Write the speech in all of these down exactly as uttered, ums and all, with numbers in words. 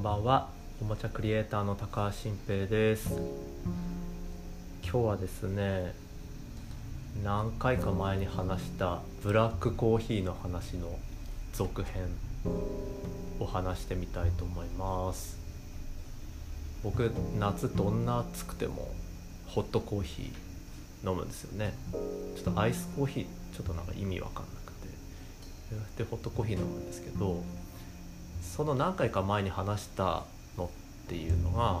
ばんは。おもちゃクリエイターの高橋新平です。今日はですね、何回か前に話したブラックコーヒーの話の続編を話してみたいと思います。僕、夏どんな暑くてもホットコーヒー飲むんですよね。ちょっとアイスコーヒーちょっとなんか意味わかんなくて、でホットコーヒー飲むんですけど、その何回か前に話したのっていうのが、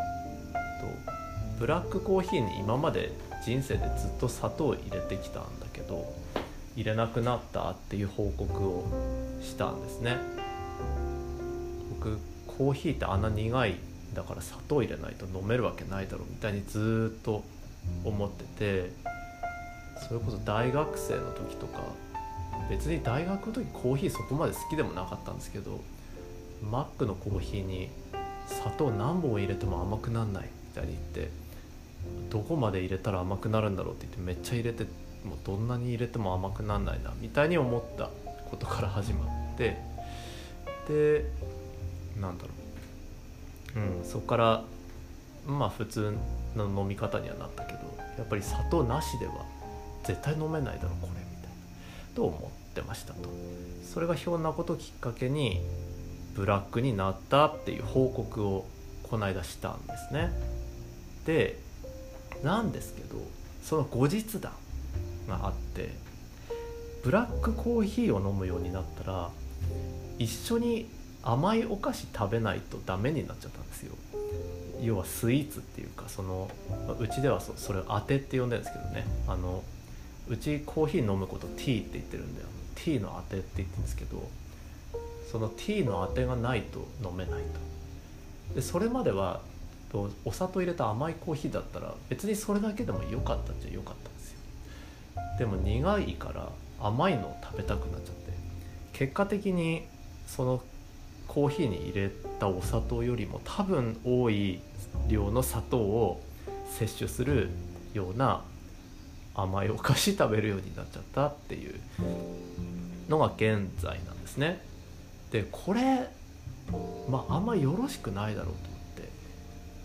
ブラックコーヒーに今まで人生でずっと砂糖を入れてきたんだけど入れなくなったっていう報告をしたんですね。僕コーヒーってあんな苦いだから砂糖入れないと飲めるわけないだろうみたいにずっと思ってて、それこそ大学生の時とか、別に大学の時コーヒーそこまで好きでもなかったんですけど、マックのコーヒーに砂糖何本入れても甘くなんないみたいに言って、どこまで入れたら甘くなるんだろうって言ってめっちゃ入れて、もうどんなに入れても甘くなんないなみたいに思ったことから始まって、でなんだろう、うん、そこからまあ普通の飲み方にはなったけど、やっぱり砂糖なしでは絶対飲めないだろうこれみたいなと思ってましたと。それがひょんなことをきっかけにブラックになったっていう報告をこの間したんですね。でなんですけど、その後日談があって、ブラックコーヒーを飲むようになったら一緒に甘いお菓子食べないとダメになっちゃったんですよ。要はスイーツっていうか、そのうちでは そ, それを当てって呼んでるんですけどね、あのうちコーヒー飲むことティーって言ってるんだよ。ティーの当てって言ってるんですけど、そのティーの当てがないと飲めないと。でそれまではお砂糖入れた甘いコーヒーだったら別にそれだけでも良かったっちゃ良かったんですよ。でも苦いから甘いのを食べたくなっちゃって、結果的にそのコーヒーに入れたお砂糖よりも多分多い量の砂糖を摂取するような甘いお菓子食べるようになっちゃったっていうのが現在なんですね。でこれまああんまよろしくないだろうと思って、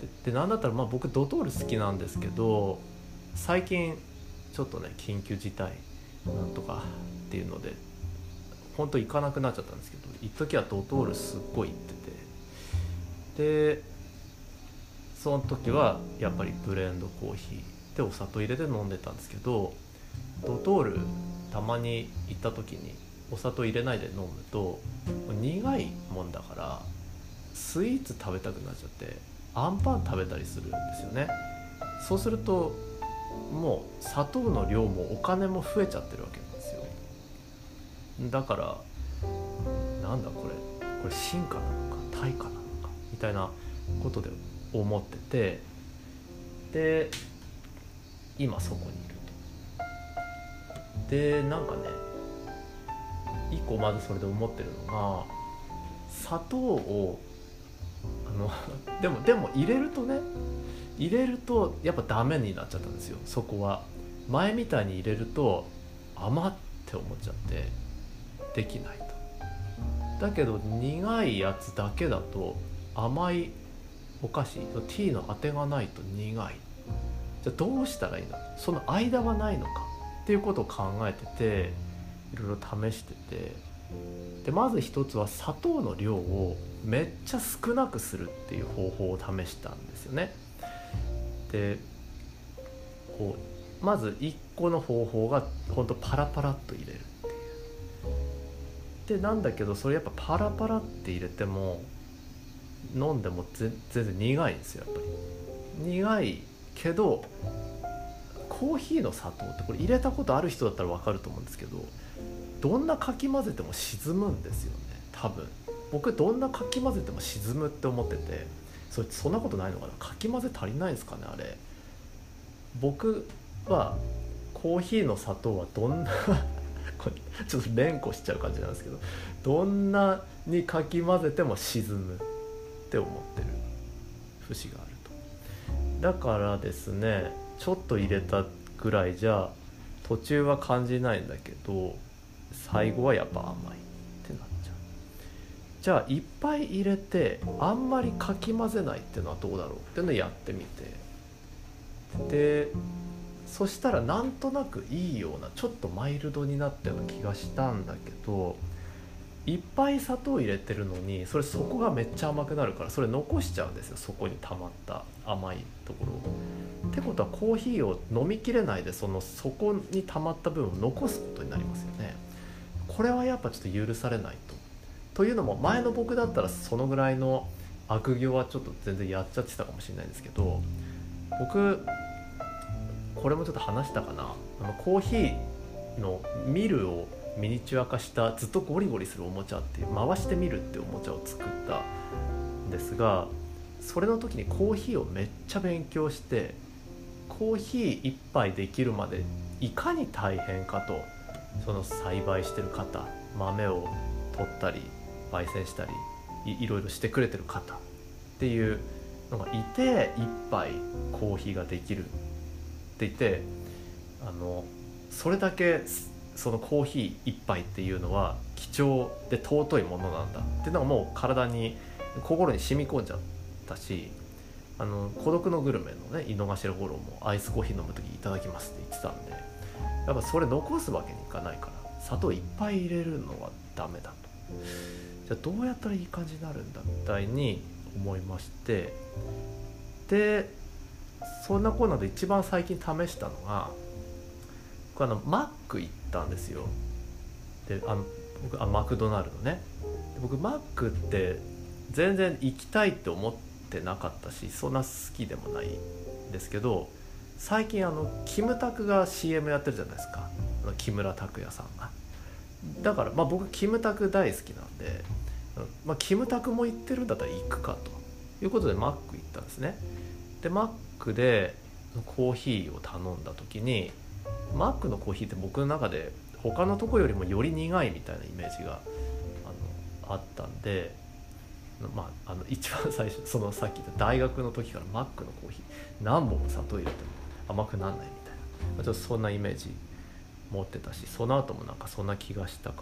で, でなんだったらまあ僕ドトール好きなんですけど、最近ちょっとね緊急事態なんとかっていうので本当行かなくなっちゃったんですけど、一時はドトールすっごい行ってて、でその時はやっぱりブレンドコーヒーでお砂糖入れて飲んでたんですけど、ドトールたまに行った時にお砂糖入れないで飲むと苦いもんだからスイーツ食べたくなっちゃってアンパン食べたりするんですよね。そうするともう砂糖の量もお金も増えちゃってるわけなんですよ。だからなんだこれこれ進化なのか対価なのかみたいなことで思ってて、で今そこにいると。でなんかね一個まずそれで思ってるのが、砂糖をあのでもでも入れるとね入れるとやっぱダメになっちゃったんですよ。そこは前みたいに入れると甘って思っちゃってできないと。だけど苦いやつだけだと甘いお菓子ティーの当てがないと苦い。じゃあどうしたらいいんだ、その間がないのかっていうことを考えてて、いろいろ試してて、でまず一つは砂糖の量をめっちゃ少なくするっていう方法を試したんですよね。でこうまずいっこの方法がほんとパラパラっと入れるっていう。でなんだけどそれやっぱパラパラって入れても飲んでも全然苦いんですよ。やっぱり苦いけどコーヒーの砂糖ってこれ入れたことある人だったら分かると思うんですけど、どんなかき混ぜても沈むんですよね。多分僕どんなかき混ぜても沈むって思ってて、それそんなことないのかな、かき混ぜ足りないんですかねあれ。僕はコーヒーの砂糖はどんなこれちょっと連呼しちゃう感じなんですけど、どんなにかき混ぜても沈むって思ってる節があると。だからですね、ちょっと入れたぐらいじゃ途中は感じないんだけど最後はやっぱ甘いってなっちゃう。 じゃあいっぱい入れてあんまりかき混ぜないっていうのはどうだろうっていうのをやってみて、でそしたらなんとなくいいようなちょっとマイルドになったような気がしたんだけど、いっぱい砂糖入れてるのにそれ底がめっちゃ甘くなるからそれ残しちゃうんですよ、そこに溜まった甘いところを。ってことはコーヒーを飲みきれないでその底に溜まった分を残すことになりますよね。これはやっぱちょっと許されないと。というのも前の僕だったらそのぐらいの悪行はちょっと全然やっちゃってたかもしれないんですけど、僕これもちょっと話したかな、あのコーヒーのミルをミニチュア化したずっとゴリゴリするおもちゃっていう回してみるっていうおもちゃを作ったんですが、それの時にコーヒーをめっちゃ勉強して、コーヒー一杯できるまでいかに大変かと、その栽培してる方、豆を取ったり焙煎したり い, いろいろしてくれてる方っていうのがいて一杯コーヒーができるって言って、あのそれだけそのコーヒー一杯っていうのは貴重で尊いものなんだっていうのがもう体に心に染み込んじゃったし、あの孤独のグルメのね井の頭五郎もアイスコーヒー飲む時いただきますって言ってたんで、やっぱそれ残すわけにいかないから砂糖いっぱい入れるのはダメだと。じゃあどうやったらいい感じになるんだみたいに思いまして、でそんなコーナーで一番最近試したのが、僕あのマック行ったんですよ。であの僕あマクドナルドね、僕マックって全然行きたいって思ってなかったしそんな好きでもないんですけど、最近あのキムタクが シーエム やってるじゃないですか、あの木村拓哉さんが。だからまあ僕キムタク大好きなんで、まあ、キムタクも行ってるんだったら行くかということでマック行ったんですね。でマックでコーヒーを頼んだ時に、マックのコーヒーって僕の中で他のとこよりもより苦いみたいなイメージが あのあったんで、まあ、あの一番最初そのさっき言った大学の時からマックのコーヒー何本も砂糖入れても甘くならないみたいな、ちょっとそんなイメージ持ってたし、その後もなんかそんな気がしたから、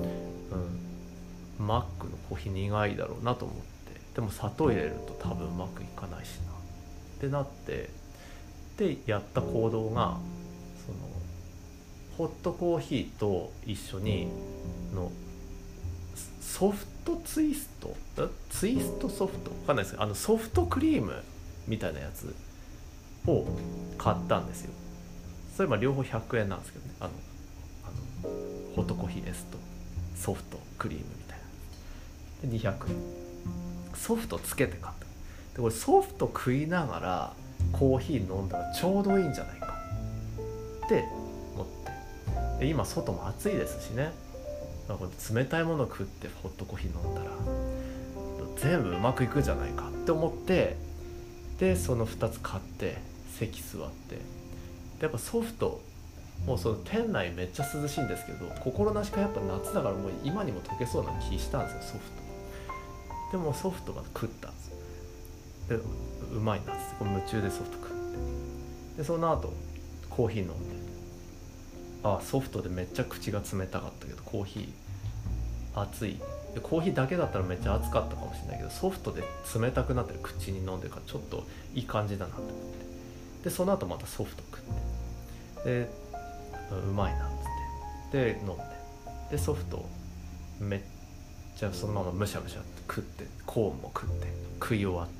うん、マックのコーヒー苦いだろうなと思って、でも砂糖入れると多分うまくいかないしなってなって、でやった行動がそのホットコーヒーと一緒にのソフトツイストツイストソフトわかんないですけど、あのソフトクリームみたいなやつを買ったんですよ。それまあ両方ひゃくえんなんですけどね、あのあのホットコーヒー S とソフトクリームみたいなでにひゃくえん、ソフトつけて買った。でこれソフト食いながらコーヒー飲んだらちょうどいいんじゃないかって思って、で今外も暑いですしね、これ冷たいもの食ってホットコーヒー飲んだら全部うまくいくじゃないかって思って、でそのふたつ買って席座って、でやっぱソフトもうその店内めっちゃ涼しいんですけど、心なしかやっぱ夏だからもう今にも溶けそうな気したんですよソフト。でもソフトが食ったんですよ。でうまいなっつって夢中でソフト食って、でその後コーヒー飲んで、あソフトでめっちゃ口が冷たかったけどコーヒー熱い、でコーヒーだけだったらめっちゃ熱かったかもしれないけどソフトで冷たくなってる口に飲んでるからちょっといい感じだなと思って、でその後またソフト食って、でうまいなっつってで飲んで、でソフトめっちゃそのままむしゃむしゃって食って、コーンも食って食い終わって、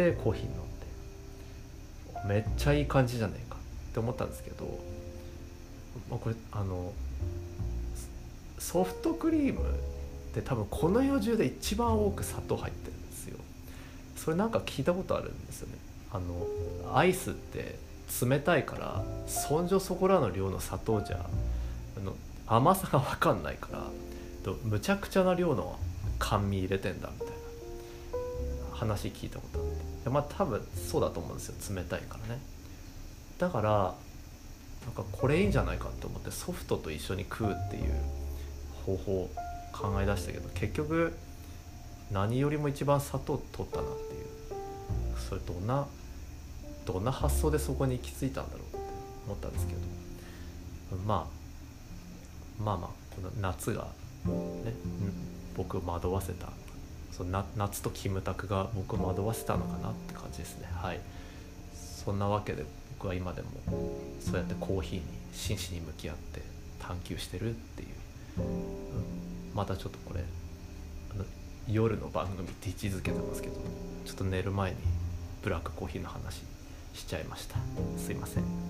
でコーヒー飲んでめっちゃいい感じじゃねえかって思ったんですけど、これあのソフトクリームって多分この世中で一番多く砂糖入ってるんですよ。それなんか聞いたことあるんですよね。あのアイスって冷たいからそんじょそこらの量の砂糖じゃあの甘さが分かんないから、とむちゃくちゃな量の甘味入れてんだみたいな話聞いたことあって、まあ多分そうだと思うんですよ、冷たいからね。だからなんかこれいいんじゃないかって思ってソフトと一緒に食うっていう方法を考え出したけど、結局何よりも一番砂糖取ったなっていう、それどんなどんな発想でそこに行き着いたんだろうって思ったんですけど、まあまあまあこの夏がね僕を惑わせた、そのな夏とキムタクが僕を惑わせたのかなって感じですね。はい、そんなわけで僕は今でもそうやってコーヒーに真摯に向き合って探求してるっていう、うん、またちょっとこれあの夜の番組って位置づけてますけど、ちょっと寝る前にブラックコーヒーの話しちゃいました。すいません。